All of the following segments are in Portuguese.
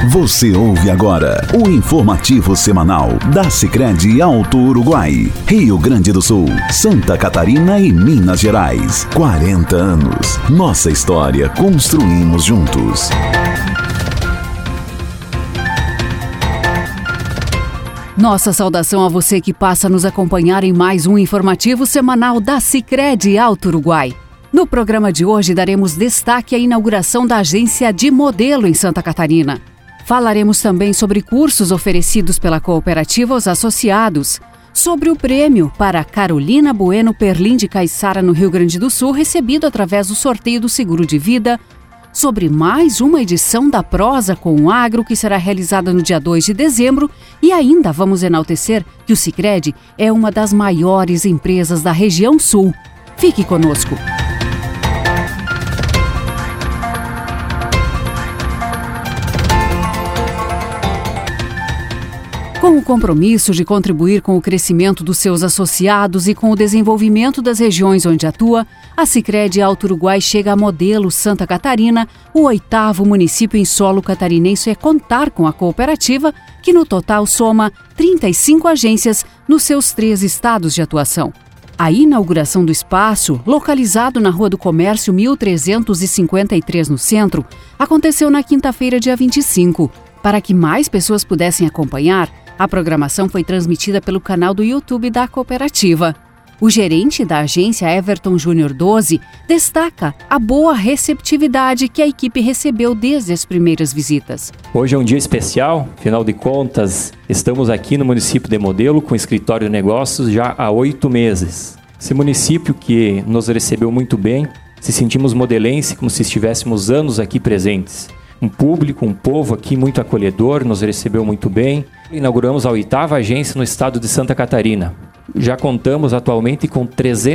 Você ouve agora o informativo semanal da Sicredi Alto Uruguai, Rio Grande do Sul, Santa Catarina e Minas Gerais. 40 anos. Nossa história construímos juntos. Nossa saudação a você que passa a nos acompanhar em mais um informativo semanal da Sicredi Alto Uruguai. No programa de hoje daremos destaque à inauguração da agência de modelo em Santa Catarina. Falaremos também sobre cursos oferecidos pela cooperativa aos associados, sobre o prêmio para Carolina Bueno Perlim de Caiçara, no Rio Grande do Sul, recebido através do sorteio do seguro de vida, sobre mais uma edição da Prosa com o Agro, que será realizada no dia 2 de dezembro, e ainda vamos enaltecer que o Sicredi é uma das maiores empresas da região sul. Fique conosco! Com o compromisso de contribuir com o crescimento dos seus associados e com o desenvolvimento das regiões onde atua, a Sicredi Alto Uruguai chega a modelo Santa Catarina, o 8º município em solo catarinense, é contar com a cooperativa, que no total soma 35 agências nos seus 3 estados de atuação. A inauguração do espaço, localizado na Rua do Comércio 1353 no centro, aconteceu na quinta-feira, dia 25. Para que mais pessoas pudessem acompanhar, a programação foi transmitida pelo canal do YouTube da cooperativa. O gerente da agência, Everton Júnior 12, destaca a boa receptividade que a equipe recebeu desde as primeiras visitas. Hoje é um dia especial, afinal de contas, estamos aqui no município de Modelo com escritório de negócios já há 8 meses. Esse município que nos recebeu muito bem, se sentimos modelense como se estivéssemos anos aqui presentes. Um público, um povo aqui muito acolhedor, nos recebeu muito bem. Inauguramos a 8ª agência no estado de Santa Catarina. Já contamos atualmente com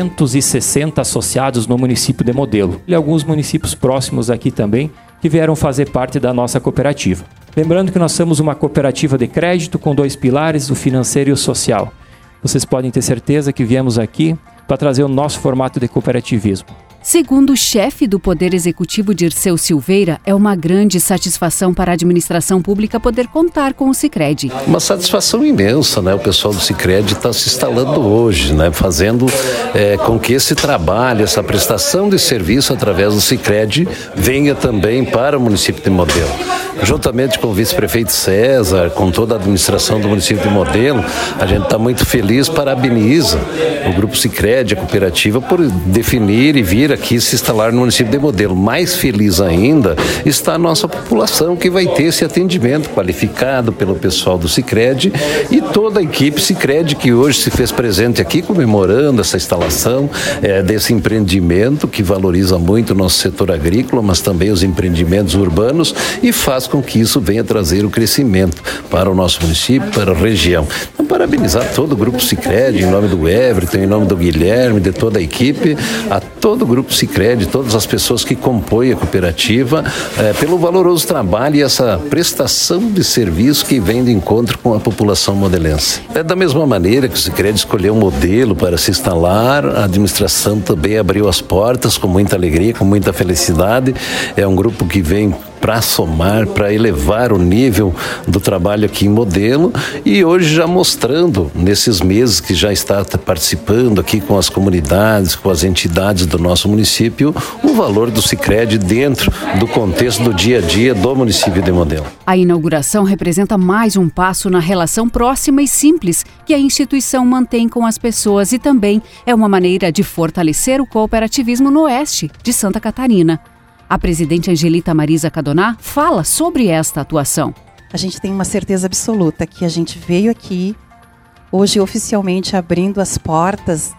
360 associados no município de Modelo. E alguns municípios próximos aqui também que vieram fazer parte da nossa cooperativa. Lembrando que nós somos uma cooperativa de crédito com 2 pilares, o financeiro e o social. Vocês podem ter certeza que viemos aqui para trazer o nosso formato de cooperativismo. Segundo o chefe do Poder Executivo, Dirceu Silveira, é uma grande satisfação para a administração pública poder contar com o Sicredi. Uma satisfação imensa, né? O pessoal do Sicredi está se instalando hoje, né? Fazendo com que esse trabalho, essa prestação de serviço através do Sicredi venha também para o município de Modelo. Juntamente com o vice-prefeito César, com toda a administração do município de Modelo, a gente está muito feliz, parabeniza o Grupo Sicredi, a cooperativa, por definir e vir aqui se instalar no município de Modelo. Mais feliz ainda está a nossa população, que vai ter esse atendimento qualificado pelo pessoal do Sicredi e toda a equipe Sicredi, que hoje se fez presente aqui comemorando essa instalação desse empreendimento que valoriza muito o nosso setor agrícola, mas também os empreendimentos urbanos, e faz com que isso venha trazer o crescimento para o nosso município, para a região. Então, parabenizar todo o Grupo Sicredi, em nome do Everton, em nome do Guilherme, de toda a equipe, a todo o Grupo Sicredi, todas as pessoas que compõem a cooperativa, pelo valoroso trabalho e essa prestação de serviço que vem de encontro com a população modelense. Da mesma maneira que o Sicredi escolheu um modelo para se instalar, a administração também abriu as portas com muita alegria, com muita felicidade. É um grupo que vem para somar, para elevar o nível do trabalho aqui em Modelo, e hoje já mostrando, nesses meses que já está participando aqui com as comunidades, com as entidades do nosso município, o valor do Sicredi dentro do contexto do dia a dia do município de Modelo. A inauguração representa mais um passo na relação próxima e simples que a instituição mantém com as pessoas, e também é uma maneira de fortalecer o cooperativismo no oeste de Santa Catarina. A presidente Angelita Marisa Cadoná fala sobre esta atuação. A gente tem uma certeza absoluta que a gente veio aqui, hoje oficialmente abrindo as portas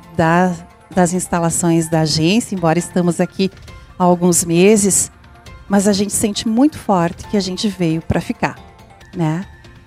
das instalações da agência, embora estamos aqui há alguns meses, mas a gente sente muito forte que a gente veio para ficar, né?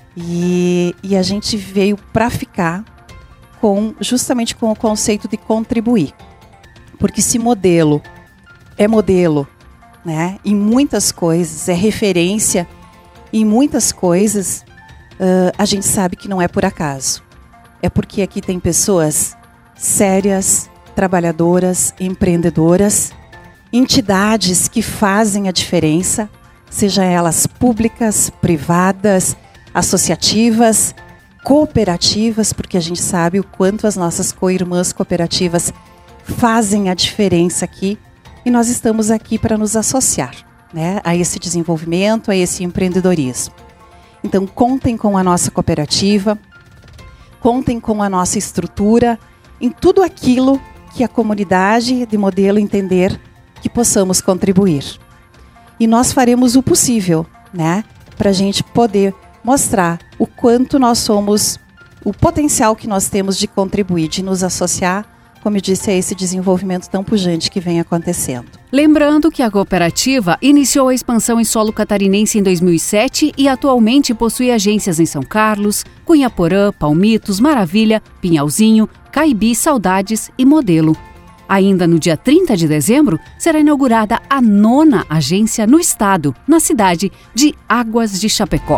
E a gente veio para ficar justamente com o conceito de contribuir. Porque se modelo é modelo, né, em muitas coisas, é referência em muitas coisas, a gente sabe que não é por acaso. É porque aqui tem pessoas sérias, trabalhadoras, empreendedoras, entidades que fazem a diferença, seja elas públicas, privadas, associativas, cooperativas, porque a gente sabe o quanto as nossas co-irmãs cooperativas fazem a diferença aqui, e nós estamos aqui para nos associar, né, a esse desenvolvimento, a esse empreendedorismo. Então, contem com a nossa cooperativa, contem com a nossa estrutura, em tudo aquilo que a comunidade de Modelo entender que possamos contribuir. E nós faremos o possível, né, para a gente poder mostrar o quanto nós somos, o potencial que nós temos de contribuir, de nos associar, como eu disse, a esse desenvolvimento tão pujante que vem acontecendo. Lembrando que a cooperativa iniciou a expansão em solo catarinense em 2007 e atualmente possui agências em São Carlos, Cunhaporã, Palmitos, Maravilha, Pinhalzinho, Caibi, Saudades e Modelo. Ainda no dia 30 de dezembro, será inaugurada a 9ª agência no estado, na cidade de Águas de Chapecó.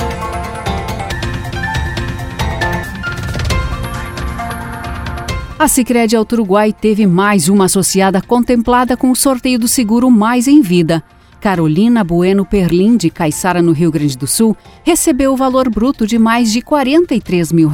A Sicredi Alto Uruguai teve mais uma associada contemplada com o sorteio do seguro Mais em Vida. Carolina Bueno Perlim, de Caiçara, no Rio Grande do Sul, recebeu o valor bruto de mais de R$43 mil.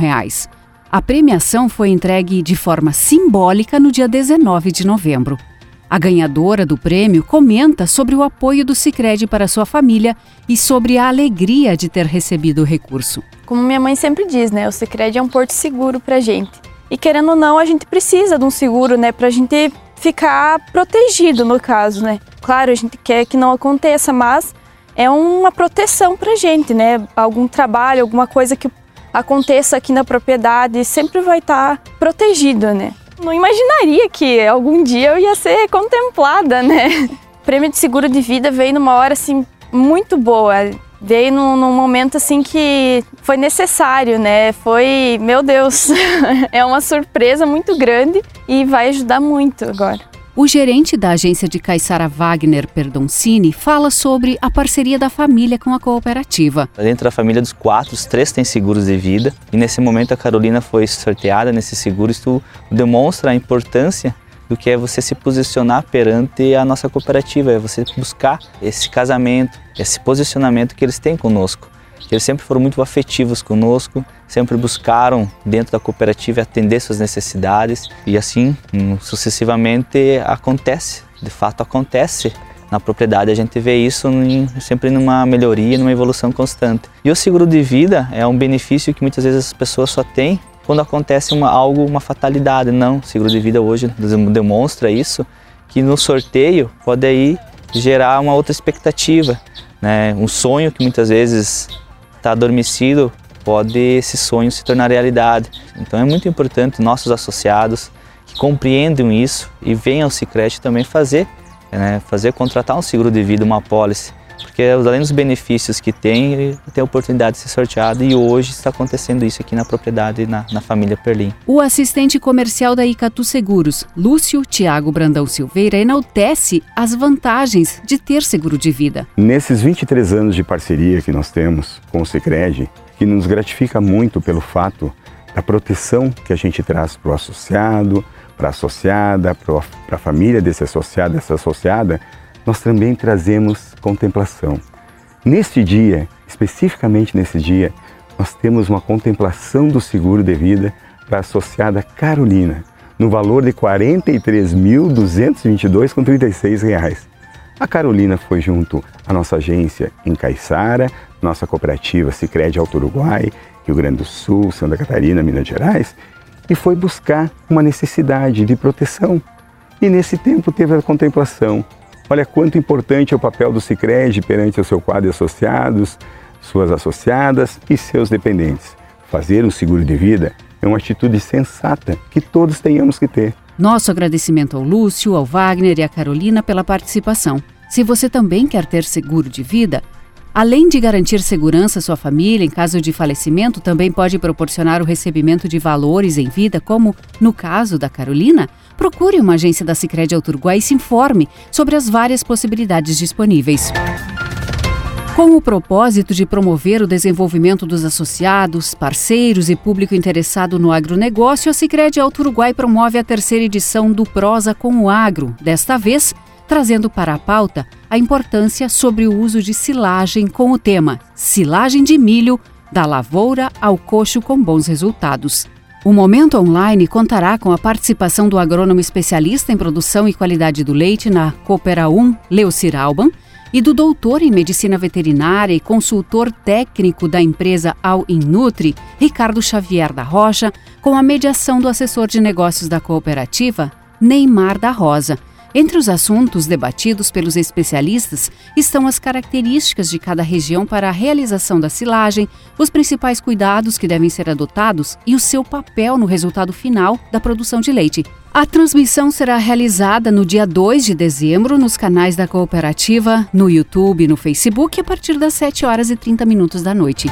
A premiação foi entregue de forma simbólica no dia 19 de novembro. A ganhadora do prêmio comenta sobre o apoio do Sicredi para sua família e sobre a alegria de ter recebido o recurso. Como minha mãe sempre diz, né, o Sicredi é um porto seguro para a gente. E querendo ou não, a gente precisa de um seguro, né, para a gente ficar protegido no caso, né. Claro, a gente quer que não aconteça, mas é uma proteção para a gente, né. Algum trabalho, alguma coisa que aconteça aqui na propriedade sempre vai estar protegido, né. Não imaginaria que algum dia eu ia ser contemplada, né. O prêmio de seguro de vida veio numa hora assim muito boa. Veio num momento assim que foi necessário, né? Foi, meu Deus, é uma surpresa muito grande e vai ajudar muito agora. O gerente da agência de Caiçara, Wagner Perdoncini, fala sobre a parceria da família com a cooperativa. Dentro da família dos 4, os 3 têm seguros de vida e nesse momento a Carolina foi sorteada nesse seguro. Isso demonstra a importância do que é você se posicionar perante a nossa cooperativa, é você buscar esse casamento, esse posicionamento que eles têm conosco. Eles sempre foram muito afetivos conosco, sempre buscaram dentro da cooperativa atender suas necessidades e assim sucessivamente acontece, de fato acontece. Na propriedade a gente vê isso sempre numa melhoria, numa evolução constante. E o seguro de vida é um benefício que muitas vezes as pessoas só têm quando acontece uma fatalidade. Não, o seguro de vida hoje demonstra isso, que no sorteio pode aí gerar uma outra expectativa, né? Um sonho que muitas vezes está adormecido, pode esse sonho se tornar realidade. Então é muito importante nossos associados que compreendam isso e venham ao Sicredi também contratar um seguro de vida, uma apólice, porque além dos benefícios que tem a oportunidade de ser sorteado e hoje está acontecendo isso aqui na propriedade, na família Perlim. O assistente comercial da Icatu Seguros, Lúcio Tiago Brandão Silveira, enaltece as vantagens de ter seguro de vida. Nesses 23 anos de parceria que nós temos com o Sicredi, que nos gratifica muito pelo fato da proteção que a gente traz para o associado, para a associada, para a família desse associado, dessa associada, nós também trazemos contemplação. Neste dia, especificamente nesse dia, nós temos uma contemplação do seguro de vida para a associada Carolina, no valor de R$ 43.222,36. A Carolina foi junto à nossa agência em Caiçara, nossa cooperativa Sicredi Alto Uruguai, Rio Grande do Sul, Santa Catarina, Minas Gerais, e foi buscar uma necessidade de proteção. E nesse tempo teve a contemplação. Olha quanto importante é o papel do Sicredi perante o seu quadro de associados, suas associadas e seus dependentes. Fazer um seguro de vida é uma atitude sensata que todos tenhamos que ter. Nosso agradecimento ao Lúcio, ao Wagner e à Carolina pela participação. Se você também quer ter seguro de vida, além de garantir segurança à sua família em caso de falecimento, também pode proporcionar o recebimento de valores em vida, como no caso da Carolina. Procure uma agência da Sicredi Alto Uruguai e se informe sobre as várias possibilidades disponíveis. Com o propósito de promover o desenvolvimento dos associados, parceiros e público interessado no agronegócio, a Sicredi Alto Uruguai promove a 3ª edição do Prosa com o Agro, desta vez trazendo para a pauta a importância sobre o uso de silagem com o tema Silagem de Milho, da lavoura ao coxo com bons resultados. O Momento Online contará com a participação do agrônomo especialista em produção e qualidade do leite na Coopera 1, Leocir Alban, e do doutor em medicina veterinária e consultor técnico da empresa All In Nutri, Ricardo Xavier da Rocha, com a mediação do assessor de negócios da cooperativa, Neymar da Rosa. Entre os assuntos debatidos pelos especialistas estão as características de cada região para a realização da silagem, os principais cuidados que devem ser adotados e o seu papel no resultado final da produção de leite. A transmissão será realizada no dia 2 de dezembro nos canais da cooperativa, no YouTube e no Facebook, a partir das 7h30 da noite.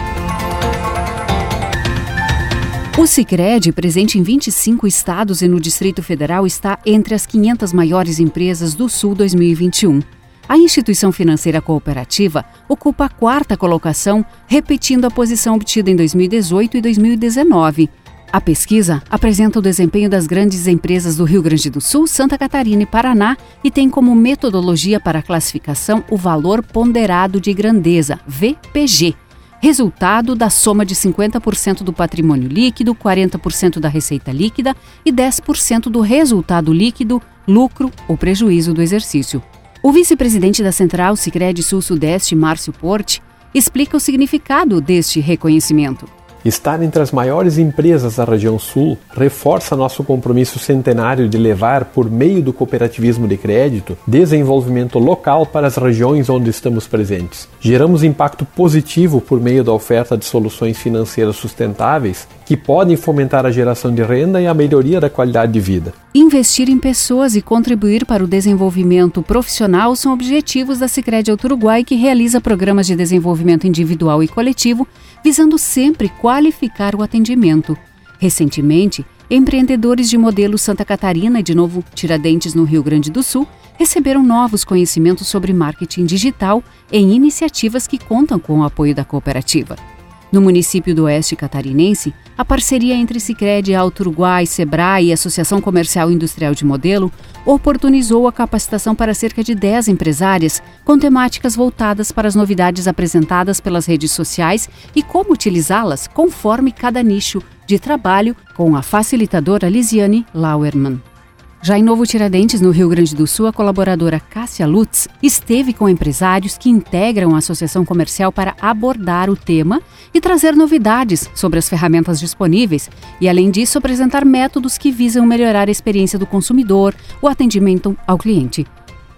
O Sicredi, presente em 25 estados e no Distrito Federal, está entre as 500 maiores empresas do Sul 2021. A instituição financeira cooperativa ocupa a 4ª colocação, repetindo a posição obtida em 2018 e 2019. A pesquisa apresenta o desempenho das grandes empresas do Rio Grande do Sul, Santa Catarina e Paraná e tem como metodologia para a classificação o Valor Ponderado de Grandeza, VPG. Resultado da soma de 50% do patrimônio líquido, 40% da receita líquida e 10% do resultado líquido, lucro ou prejuízo do exercício. O vice-presidente da Central Sicredi Sul-Sudeste, Márcio Porte, explica o significado deste reconhecimento. Estar entre as maiores empresas da região sul reforça nosso compromisso centenário de levar, por meio do cooperativismo de crédito, desenvolvimento local para as regiões onde estamos presentes. Geramos impacto positivo por meio da oferta de soluções financeiras sustentáveis que podem fomentar a geração de renda e a melhoria da qualidade de vida. Investir em pessoas e contribuir para o desenvolvimento profissional são objetivos da Sicredi Alto Uruguai, que realiza programas de desenvolvimento individual e coletivo, visando sempre qualificar o atendimento. Recentemente, empreendedores de modelo Santa Catarina e de Novo Tiradentes, no Rio Grande do Sul, receberam novos conhecimentos sobre marketing digital em iniciativas que contam com o apoio da cooperativa. No município do Oeste Catarinense, a parceria entre Sicredi Alto Uruguai, Sebrae e Associação Comercial e Industrial de Modelo oportunizou a capacitação para cerca de 10 empresárias, com temáticas voltadas para as novidades apresentadas pelas redes sociais e como utilizá-las conforme cada nicho de trabalho, com a facilitadora Lisiane Lauerman. Já em Novo Tiradentes, no Rio Grande do Sul, a colaboradora Cássia Lutz esteve com empresários que integram a associação comercial para abordar o tema e trazer novidades sobre as ferramentas disponíveis e, além disso, apresentar métodos que visam melhorar a experiência do consumidor, o atendimento ao cliente.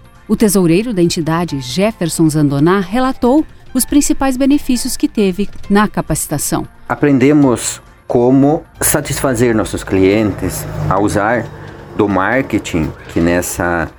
O tesoureiro da entidade, Jefferson Zandoná, relatou os principais benefícios que teve na capacitação. Aprendemos como satisfazer nossos clientes a usar do marketing, que nessa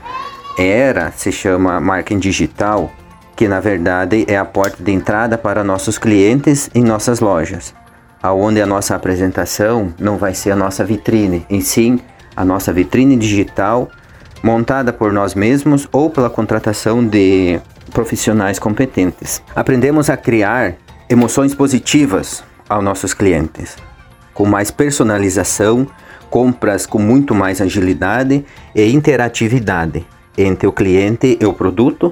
era se chama marketing digital, que na verdade é a porta de entrada para nossos clientes em nossas lojas, aonde a nossa apresentação não vai ser a nossa vitrine, em sim a nossa vitrine digital montada por nós mesmos ou pela contratação de profissionais competentes. Aprendemos a criar emoções positivas aos nossos clientes, com mais personalização, compras com muito mais agilidade e interatividade entre o cliente e o produto,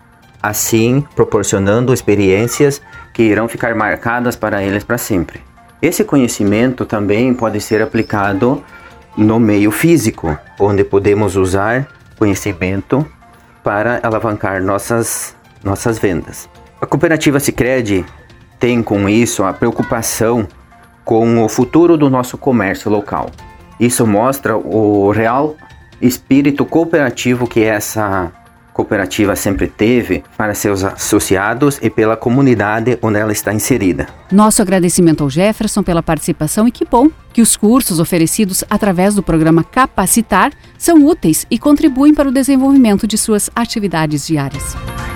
assim proporcionando experiências que irão ficar marcadas para eles para sempre. Esse conhecimento também pode ser aplicado no meio físico, onde podemos usar conhecimento para alavancar nossas vendas. A cooperativa Sicredi tem com isso a preocupação com o futuro do nosso comércio local. Isso mostra o real espírito cooperativo que essa cooperativa sempre teve para seus associados e pela comunidade onde ela está inserida. Nosso agradecimento ao Jefferson pela participação e que bom que os cursos oferecidos através do programa Capacitar são úteis e contribuem para o desenvolvimento de suas atividades diárias.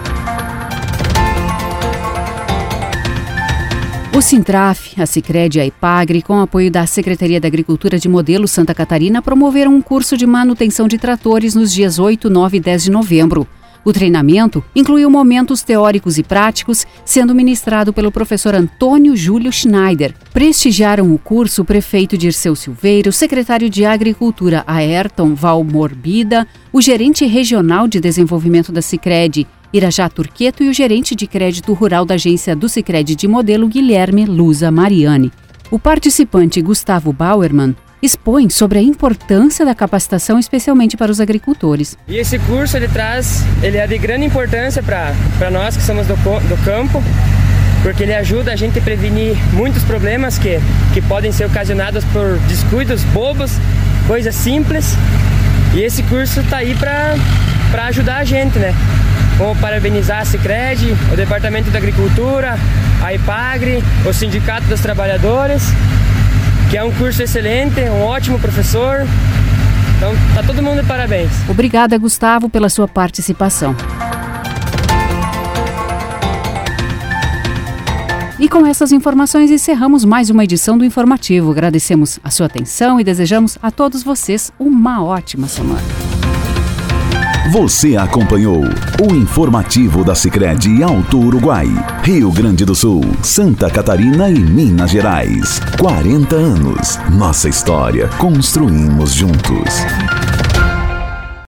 O Sintraf, a Sicredi e a Ipagre, com apoio da Secretaria da Agricultura de Modelo Santa Catarina, promoveram um curso de manutenção de tratores nos dias 8, 9 e 10 de novembro. O treinamento incluiu momentos teóricos e práticos, sendo ministrado pelo professor Antônio Júlio Schneider. Prestigiaram o curso o prefeito Dirceu Silveira, o secretário de Agricultura Ayrton Valmorbida, o gerente regional de desenvolvimento da Sicredi, Irajá Turqueto, e o gerente de crédito rural da agência do Sicredi de Modelo, Guilherme Luza Mariani. O participante Gustavo Bauerman expõe sobre a importância da capacitação, especialmente para os agricultores. E esse curso ele é de grande importância para nós que somos do campo, porque ele ajuda a gente a prevenir muitos problemas que podem ser ocasionados por descuidos bobos, coisas simples. E esse curso está aí para ajudar a gente, né? Como parabenizar a Sicredi, o Departamento da Agricultura, a IPAGRE, o Sindicato dos Trabalhadores, que é um curso excelente, um ótimo professor. Então, tá todo mundo de parabéns. Obrigada, Gustavo, pela sua participação. E com essas informações encerramos mais uma edição do Informativo. Agradecemos a sua atenção e desejamos a todos vocês uma ótima semana. Você acompanhou o Informativo da Sicredi Alto Uruguai, Rio Grande do Sul, Santa Catarina e Minas Gerais. 40 anos. Nossa história construímos juntos.